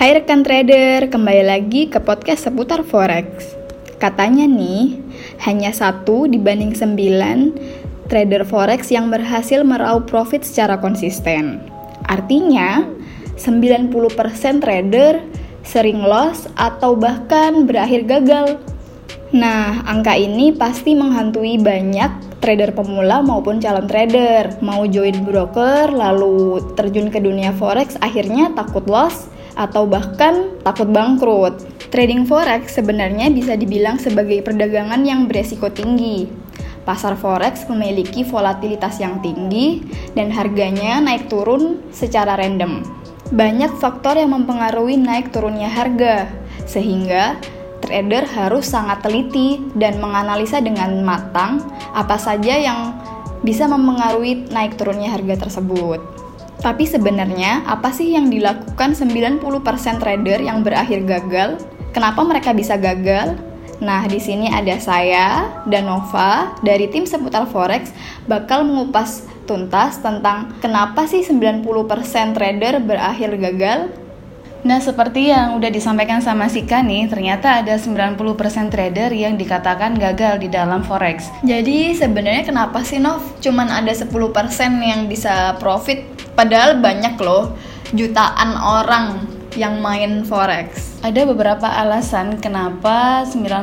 Hai rekan trader, kembali lagi ke podcast seputar forex. Katanya nih, hanya 1 dibanding 9 trader forex yang berhasil meraup profit secara konsisten. Artinya, 90% trader sering loss atau bahkan berakhir gagal. Nah, angka ini pasti menghantui banyak trader pemula maupun calon trader. Mau join broker, lalu terjun ke dunia forex, akhirnya takut loss atau bahkan takut bangkrut. Trading forex sebenarnya bisa dibilang sebagai perdagangan yang beresiko tinggi. Pasar forex memiliki volatilitas yang tinggi dan harganya naik turun secara random. Banyak faktor yang mempengaruhi naik turunnya harga, sehingga trader harus sangat teliti dan menganalisa dengan matang apa saja yang bisa mempengaruhi naik turunnya harga tersebut. Tapi sebenarnya apa sih yang dilakukan 90% trader yang berakhir gagal? Kenapa mereka bisa gagal? Nah, di sini ada saya dan Nova dari tim seputar forex bakal mengupas tuntas tentang kenapa sih 90% trader berakhir gagal. Nah, seperti yang udah disampaikan sama Sika nih, ternyata ada 90% trader yang dikatakan gagal di dalam forex. Jadi sebenarnya kenapa sih Nov? Cuman ada 10% yang bisa profit, padahal banyak loh, jutaan orang yang main forex. Ada beberapa alasan kenapa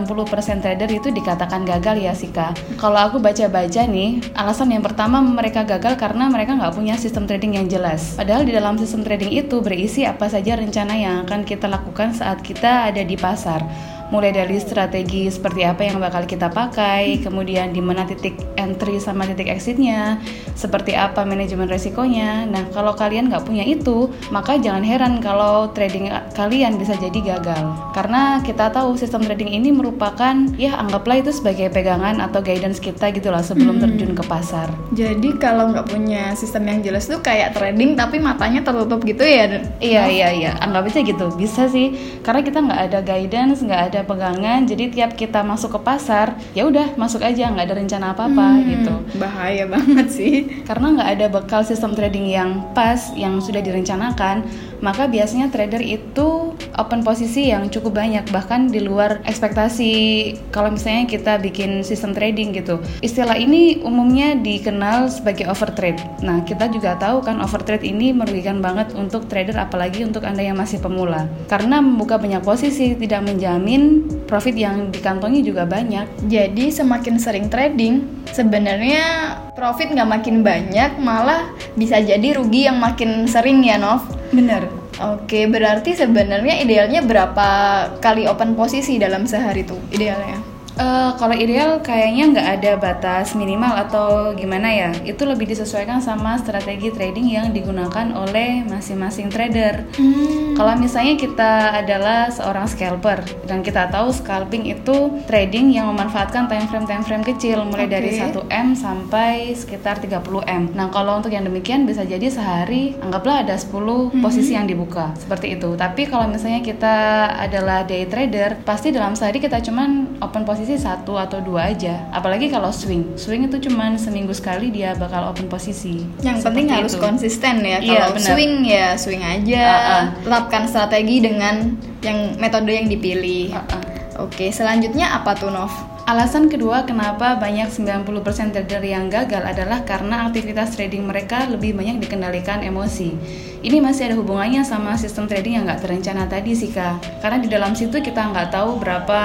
90% trader itu dikatakan gagal ya Sika. Kalau aku baca-baca nih, alasan yang pertama mereka gagal karena mereka nggak punya sistem trading yang jelas. Padahal di dalam sistem trading itu berisi apa saja rencana yang akan kita lakukan saat kita ada di pasar. Mulai dari strategi seperti apa yang bakal kita pakai, kemudian di mana titik entry sama titik exitnya, seperti apa manajemen resikonya. Nah, kalau kalian nggak punya itu, maka jangan heran kalau trading kalian bisa jadi gagal. Karena kita tahu sistem trading ini merupakan, ya anggaplah itu sebagai pegangan atau guidance kita gitu lah sebelum terjun ke pasar. Jadi kalau nggak punya sistem yang jelas tuh kayak trading tapi matanya tertutup gitu ya? Iya, anggap aja gitu, bisa sih. Karena kita nggak ada guidance, nggak ada pegangan, jadi tiap kita masuk ke pasar ya udah masuk aja, nggak ada rencana apa-apa gitu. Bahaya banget sih. Karena nggak ada bekal sistem trading yang pas, yang sudah direncanakan, maka biasanya trader itu open posisi yang cukup banyak, bahkan di luar ekspektasi kalau misalnya kita bikin sistem trading gitu. Istilah ini umumnya dikenal sebagai overtrade. Nah, kita juga tahu kan overtrade ini merugikan banget untuk trader, apalagi untuk Anda yang masih pemula. Karena membuka banyak posisi tidak menjamin profit yang dikantongi juga banyak. Jadi semakin sering trading, sebenarnya profit nggak makin banyak, malah bisa jadi rugi yang makin sering ya Nov? Bener. Oke, berarti sebenarnya idealnya berapa kali open posisi dalam sehari tuh idealnya? Kalau ideal kayaknya nggak ada batas minimal atau gimana ya. Itu lebih disesuaikan sama strategi trading yang digunakan oleh masing-masing trader. Kalau misalnya kita adalah seorang scalper dan kita tahu scalping itu trading yang memanfaatkan time frame kecil mulai dari 1M sampai sekitar 30M. Nah, kalau untuk yang demikian bisa jadi sehari anggaplah ada 10 posisi yang dibuka seperti itu. Tapi kalau misalnya kita adalah day trader, pasti dalam sehari kita cuman open posisi 1 atau 2 aja. Apalagi kalau swing itu cuman seminggu sekali dia bakal open posisi. Yang penting harus konsisten ya. Iya, kalau swing ya swing aja. Tetapkan strategi dengan yang metode yang dipilih. Oke, selanjutnya apa tuh Nov? Alasan kedua kenapa banyak 90% trader yang gagal adalah karena aktivitas trading mereka lebih banyak dikendalikan emosi. Ini masih ada hubungannya sama sistem trading yang nggak terencana tadi sih Kak. Karena di dalam situ kita nggak tahu berapa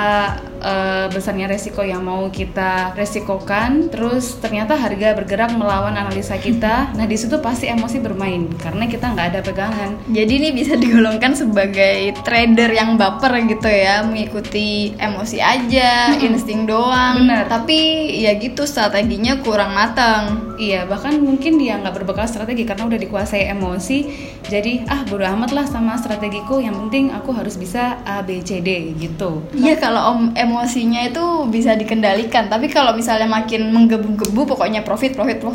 besarnya resiko yang mau kita resikokan. Terus ternyata harga bergerak melawan analisa kita. Nah di situ pasti emosi bermain karena kita nggak ada pegangan. Jadi ini bisa digolongkan sebagai trader yang baper gitu ya, mengikuti emosi aja, insting doang. Bener. Tapi ya gitu strateginya kurang matang. Iya, bahkan mungkin dia nggak berbekal strategi karena udah dikuasai emosi. Jadi bodo amat lah sama strategiku, yang penting aku harus bisa A, B, C, D gitu. Iya, kalau emosinya itu bisa dikendalikan. Tapi kalau misalnya makin menggebu-gebu, pokoknya profit,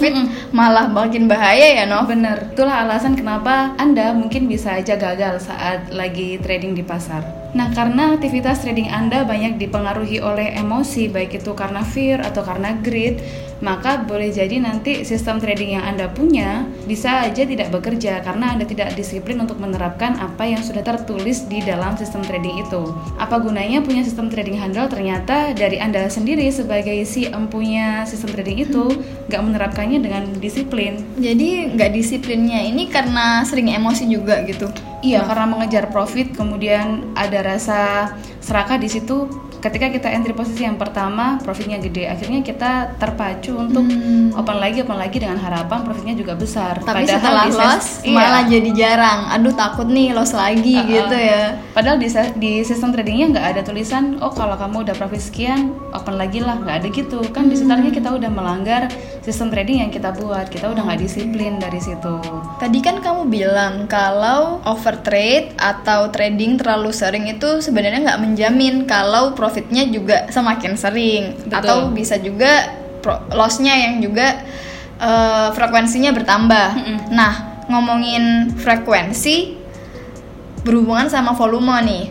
malah makin bahaya ya no? Bener, itulah alasan kenapa Anda mungkin bisa aja gagal saat lagi trading di pasar. Nah, karena aktivitas trading Anda banyak dipengaruhi oleh emosi, baik itu karena fear atau karena greed, maka boleh jadi nanti sistem trading yang Anda punya bisa aja tidak bekerja karena Anda tidak disiplin untuk menerapkan apa yang sudah tertulis di dalam sistem trading itu. Apa gunanya punya sistem trading handal ternyata dari Anda sendiri sebagai si empunya sistem trading itu nggak menerapkannya dengan disiplin. Jadi nggak disiplinnya ini karena sering emosi juga gitu? Iya, karena mengejar profit, kemudian ada rasa serakah di situ. Ketika kita entry posisi yang pertama, profitnya gede, akhirnya kita terpacu untuk open lagi dengan harapan profitnya juga besar. Tapi setelah loss malah jadi jarang. Aduh, takut nih loss lagi gitu ya. Padahal di sistem tradingnya nggak ada tulisan, oh kalau kamu udah profit sekian, open lagi lah, nggak ada gitu. Kan di setelahnya kita udah melanggar sistem trading yang kita buat, kita udah nggak disiplin dari situ. Tadi kan kamu bilang kalau overtrade atau trading terlalu sering itu sebenarnya nggak menjamin kalau profitnya juga semakin sering. Betul. Atau bisa juga lossnya yang juga frekuensinya bertambah. Nah, ngomongin frekuensi berhubungan sama volume nih.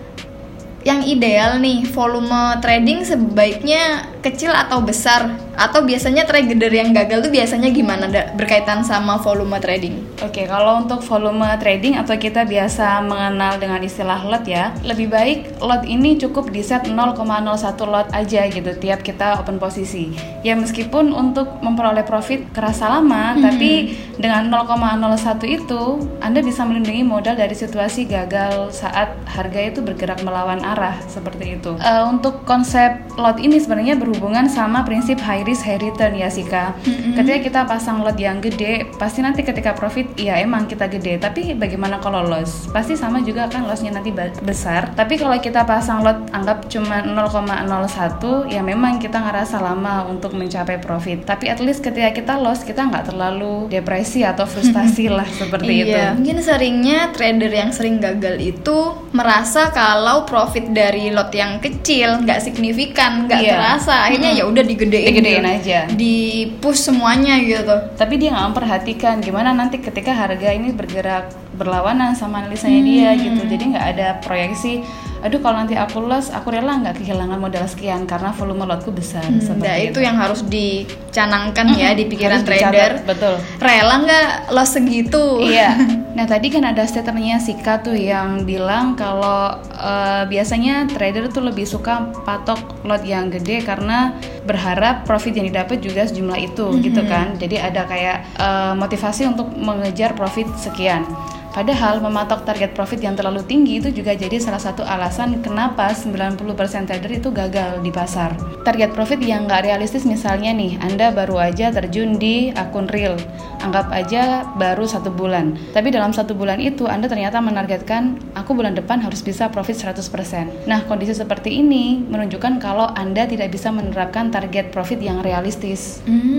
Yang ideal nih, volume trading sebaiknya kecil atau besar? Atau biasanya trader yang gagal tuh biasanya gimana berkaitan sama volume trading? Oke, kalau untuk volume trading atau kita biasa mengenal dengan istilah lot ya, lebih baik lot ini cukup di set 0,01 lot aja gitu tiap kita open posisi. Ya meskipun untuk memperoleh profit kerasa lama, tapi dengan 0,01 itu Anda bisa melindungi modal dari situasi gagal saat harga itu bergerak melawan arah seperti itu. Untuk konsep lot ini sebenarnya berhubungan sama prinsip high risk high return ya Sika. Ketika kita pasang lot yang gede, pasti nanti ketika profit ya emang kita gede, tapi bagaimana kalau loss? Pasti sama juga kan, lossnya nanti besar. Tapi kalau kita pasang lot anggap cuma 0,01, ya memang kita ngerasa lama untuk mencapai profit. Tapi at least ketika kita loss, kita nggak terlalu depresi atau frustasi lah seperti itu. Mungkin seringnya trader yang sering gagal itu merasa kalau profit dari lot yang kecil nggak signifikan, nggak terasa, akhirnya ya udah digedein aja, di push semuanya gitu. Tapi dia nggak memperhatikan gimana nanti ketika harga ini bergerak berlawanan sama analisanya dia gitu. Jadi nggak ada proyeksi, aduh kalau nanti aku loss, aku rela nggak kehilangan modal sekian karena volume lotku besar. Nah itu yang harus dicanangkan ya di pikiran trader. Betul. Rela nggak loss segitu? Iya. Nah tadi kan ada statementnya Sika tuh yang bilang kalau biasanya trader tuh lebih suka patok lot yang gede karena berharap profit yang didapat juga sejumlah itu gitu kan. Jadi ada kayak motivasi untuk mengejar profit sekian. Padahal mematok target profit yang terlalu tinggi itu juga jadi salah satu alasan kenapa 90% trader itu gagal di pasar. Target profit yang nggak realistis misalnya nih, Anda baru aja terjun di akun real, anggap aja baru 1 bulan. Tapi dalam 1 bulan itu Anda ternyata menargetkan, aku bulan depan harus bisa profit 100%. Nah kondisi seperti ini menunjukkan kalau Anda tidak bisa menerapkan target profit yang realistis.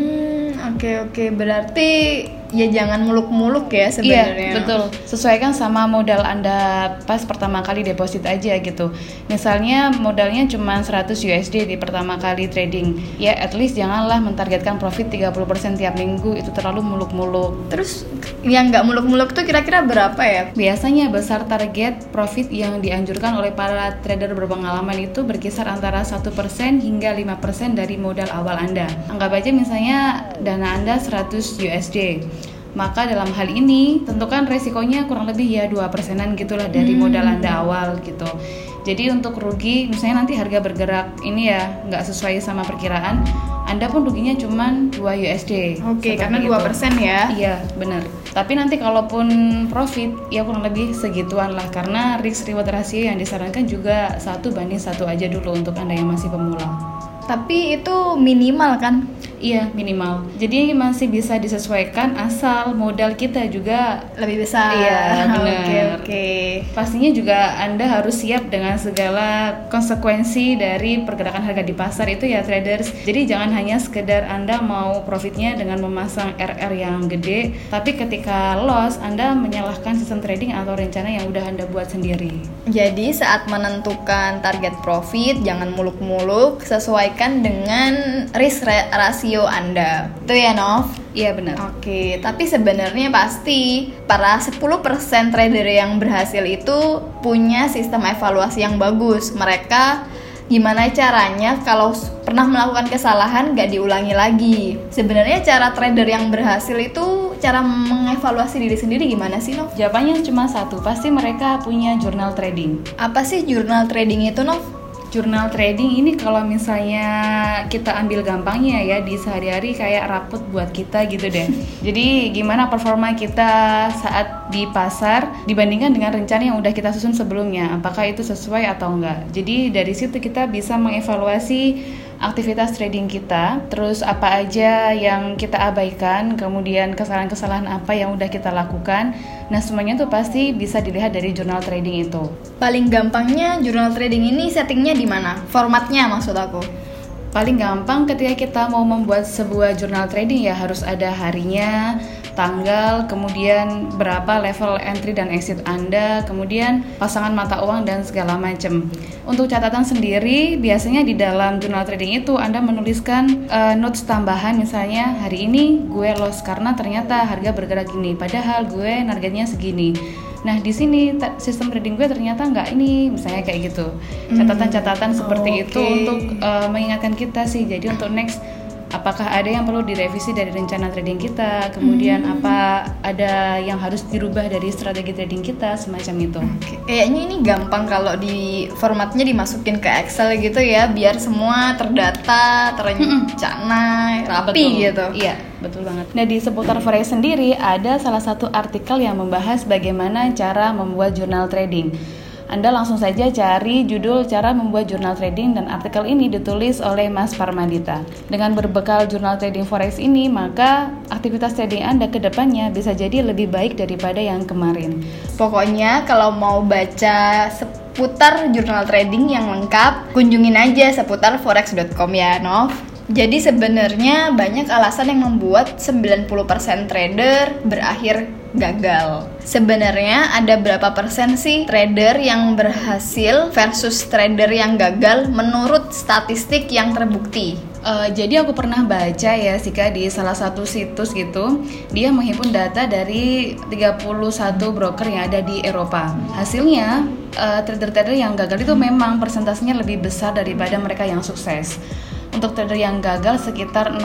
Oke, berarti ya jangan muluk-muluk ya sebenarnya. Iya, betul. Sesuaikan sama modal Anda pas pertama kali deposit aja gitu. Misalnya modalnya cuma 100 USD di pertama kali trading. Ya at least janganlah mentargetkan profit 30% tiap minggu, itu terlalu muluk-muluk. Terus yang nggak muluk-muluk tuh kira-kira berapa ya? Biasanya besar target profit yang dianjurkan oleh para trader berpengalaman itu berkisar antara 1% hingga 5% dari modal awal Anda. Anggap aja misalnya dana Anda 100 USD. Maka dalam hal ini tentukan resikonya kurang lebih ya 2%-an gitulah dari modal Anda awal gitu. Jadi untuk rugi misalnya nanti harga bergerak ini ya nggak sesuai sama perkiraan, Anda pun ruginya cuma 2 USD. Oke, karena 2% ya. Iya, benar. Tapi nanti kalaupun profit ya kurang lebih segituan lah, karena risk reward ratio yang disarankan juga 1:1 aja dulu untuk Anda yang masih pemula. Tapi itu minimal kan? Iya, minimal. Jadi masih bisa disesuaikan asal modal kita juga lebih besar. Iya, benar. Oke. Pastinya juga Anda harus siap dengan segala konsekuensi dari pergerakan harga di pasar itu ya traders. Jadi jangan hanya sekedar Anda mau profitnya dengan memasang RR yang gede, tapi ketika loss Anda menyalahkan sistem trading atau rencana yang udah Anda buat sendiri. Jadi saat menentukan target profit jangan muluk-muluk, sesuaikan dengan risk rasio Anda. Itu ya, Nov? Iya, benar. Oke, tapi sebenarnya pasti para 10% trader yang berhasil itu punya sistem evaluasi yang bagus. Mereka Gimana caranya kalau pernah melakukan kesalahan gak diulangi lagi? Sebenarnya cara trader yang berhasil itu cara mengevaluasi diri sendiri gimana sih, Nov? Jawabannya cuma satu, pasti mereka punya jurnal trading. Apa sih jurnal trading itu, Nov? Jurnal trading ini kalau misalnya kita ambil gampangnya ya, di sehari-hari kayak rapot buat kita gitu deh. Jadi gimana performa kita saat di pasar dibandingkan dengan rencana yang udah kita susun sebelumnya, apakah itu sesuai atau enggak. Jadi dari situ kita bisa mengevaluasi aktivitas trading kita, terus apa aja yang kita abaikan, kemudian kesalahan-kesalahan apa yang udah kita lakukan. Nah, semuanya tuh pasti bisa dilihat dari jurnal trading itu. Paling gampangnya jurnal trading ini settingnya di mana? Formatnya maksud aku. Paling gampang ketika kita mau membuat sebuah jurnal trading ya harus ada harinya, tanggal, kemudian berapa level entry dan exit Anda, kemudian pasangan mata uang dan segala macam. Untuk catatan sendiri, biasanya di dalam jurnal trading itu Anda menuliskan notes tambahan, misalnya hari ini gue loss karena ternyata harga bergerak gini, padahal gue targetnya segini. Nah, di sini sistem trading gue ternyata nggak ini, misalnya kayak gitu. Catatan-catatan seperti itu untuk mengingatkan kita sih. Jadi untuk next, apakah ada yang perlu direvisi dari rencana trading kita, kemudian apa ada yang harus dirubah dari strategi trading kita, semacam itu. Kayaknya ini gampang kalau di formatnya dimasukin ke Excel gitu ya, biar semua terdata, terencana, rapi. Betul. Gitu. Iya, betul banget. Nah, di seputar forex sendiri ada salah satu artikel yang membahas bagaimana cara membuat jurnal trading. Anda langsung saja cari judul cara membuat jurnal trading dan artikel ini ditulis oleh Mas Parmadita. Dengan berbekal jurnal trading forex ini, maka aktivitas trading Anda ke depannya bisa jadi lebih baik daripada yang kemarin. Pokoknya kalau mau baca seputar jurnal trading yang lengkap, kunjungin aja seputar forex.com ya, Nov. Jadi sebenarnya banyak alasan yang membuat 90% trader berakhir gagal. Sebenarnya ada berapa persen sih trader yang berhasil versus trader yang gagal menurut statistik yang terbukti? Jadi aku pernah baca ya Sika di salah satu situs gitu, dia menghimpun data dari 31 broker yang ada di Eropa. Hasilnya trader-trader yang gagal itu memang persentasenya lebih besar daripada mereka yang sukses. Untuk trader yang gagal sekitar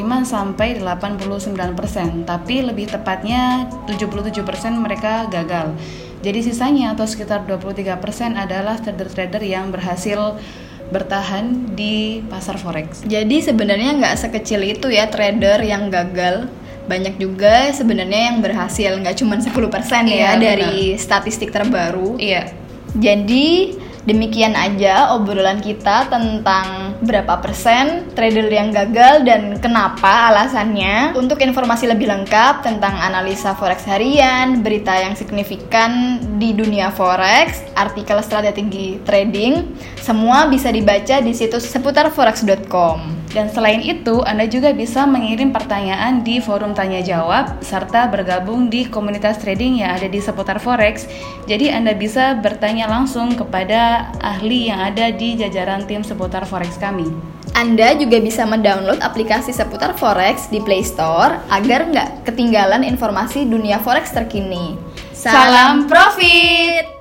65-89%, tapi lebih tepatnya 77% mereka gagal. Jadi sisanya atau sekitar 23% adalah trader-trader yang berhasil bertahan di pasar forex. Jadi sebenarnya nggak sekecil itu ya trader yang gagal. Banyak juga sebenarnya yang berhasil, nggak cuma 10% ya dari statistik terbaru. Iya. Jadi demikian aja obrolan kita tentang berapa persen trader yang gagal dan kenapa alasannya. Untuk informasi lebih lengkap tentang analisa forex harian, berita yang signifikan di dunia forex, artikel strategi trading, semua bisa dibaca di situs seputarforex.com. Dan selain itu, Anda juga bisa mengirim pertanyaan di forum tanya jawab serta bergabung di komunitas trading yang ada di seputar forex. Jadi Anda bisa bertanya langsung kepada ahli yang ada di jajaran tim seputar forex kami. Anda juga bisa mendownload aplikasi seputar forex di Play Store agar nggak ketinggalan informasi dunia forex terkini. Salam profit!